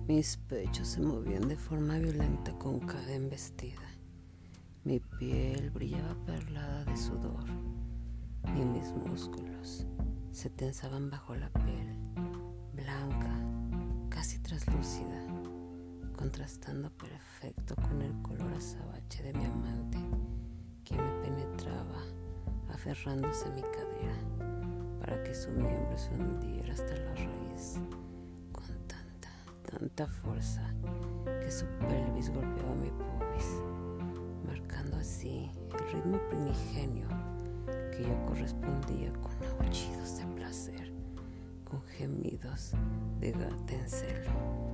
Mis pechos se movían de forma violenta con cada embestida. Mi piel brillaba perlada de sudor y mis músculos se tensaban bajo la piel, blanca, casi translúcida, contrastando perfecto con el color azabache de mi amante, quien me penetraba aferrándose a mi cadera para que su miembro se hundiera hasta la raíz con tanta fuerza que su pelvis golpeaba mi pubis, marcando así el ritmo primigenio que yo correspondía con aullidos de placer, con gemidos de gata en celo.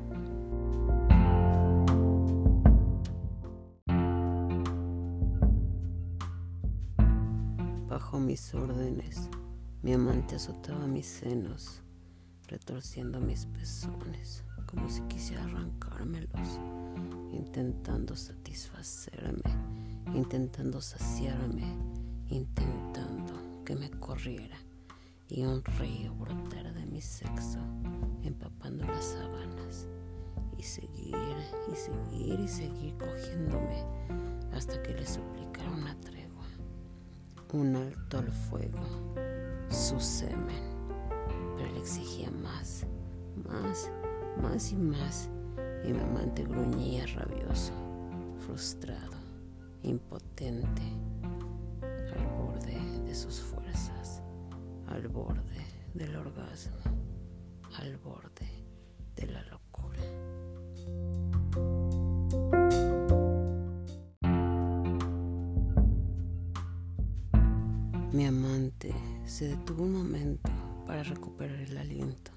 Bajo mis órdenes, mi amante azotaba mis senos, retorciendo mis pezones como si quisiera arrancármelos, intentando satisfacerme, intentando saciarme, intentando que me corriera y un río brotara de mi sexo, empapando las sábanas, y seguir cogiéndome hasta que le suplicara una tregua, un alto al fuego, su semen. Pero le exigía más y más, y mi amante gruñía rabioso, frustrado, impotente, al borde de sus fuerzas, al borde del orgasmo, al borde de la locura. Mi amante se detuvo un momento para recuperar el aliento.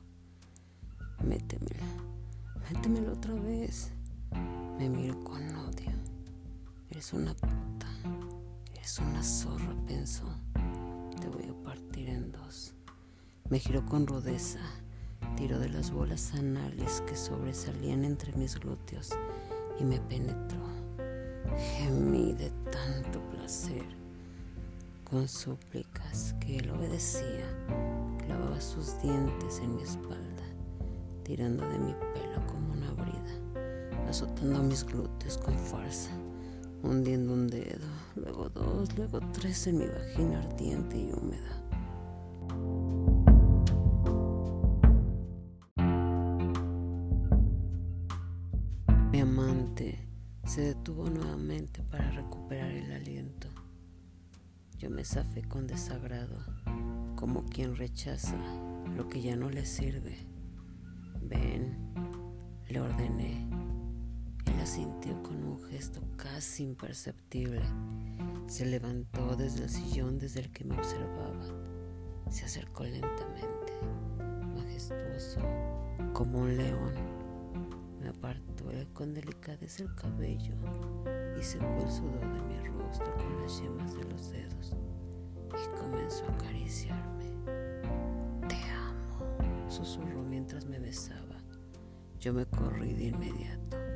Métemela otra vez. Me miró con odio. Eres una puta, eres una zorra, pensó. Te voy a partir en dos. Me giró con rudeza, tiró de las bolas anales que sobresalían entre mis glúteos y me penetró. Gemí de tanto placer. Con súplicas que él obedecía, clavaba sus dientes en mi espalda, tirando de mi pelo como una brida, azotando mis glúteos con fuerza, hundiendo un dedo, luego dos, luego tres en mi vagina ardiente y húmeda. Mi amante se detuvo nuevamente para recuperar el aliento. Yo me zafé con desagrado, como quien rechaza lo que ya no le sirve. Ven, le ordené. Él asintió con un gesto casi imperceptible. Se levantó desde el sillón desde el que me observaba. Se acercó lentamente, majestuoso como un león. Me apartó con delicadeza el cabello y secó el sudor de mi rostro con las yemas de los dedos y comenzó a acariciarme. Te amo, susurró mientras me besaba. Yo me corrí de inmediato.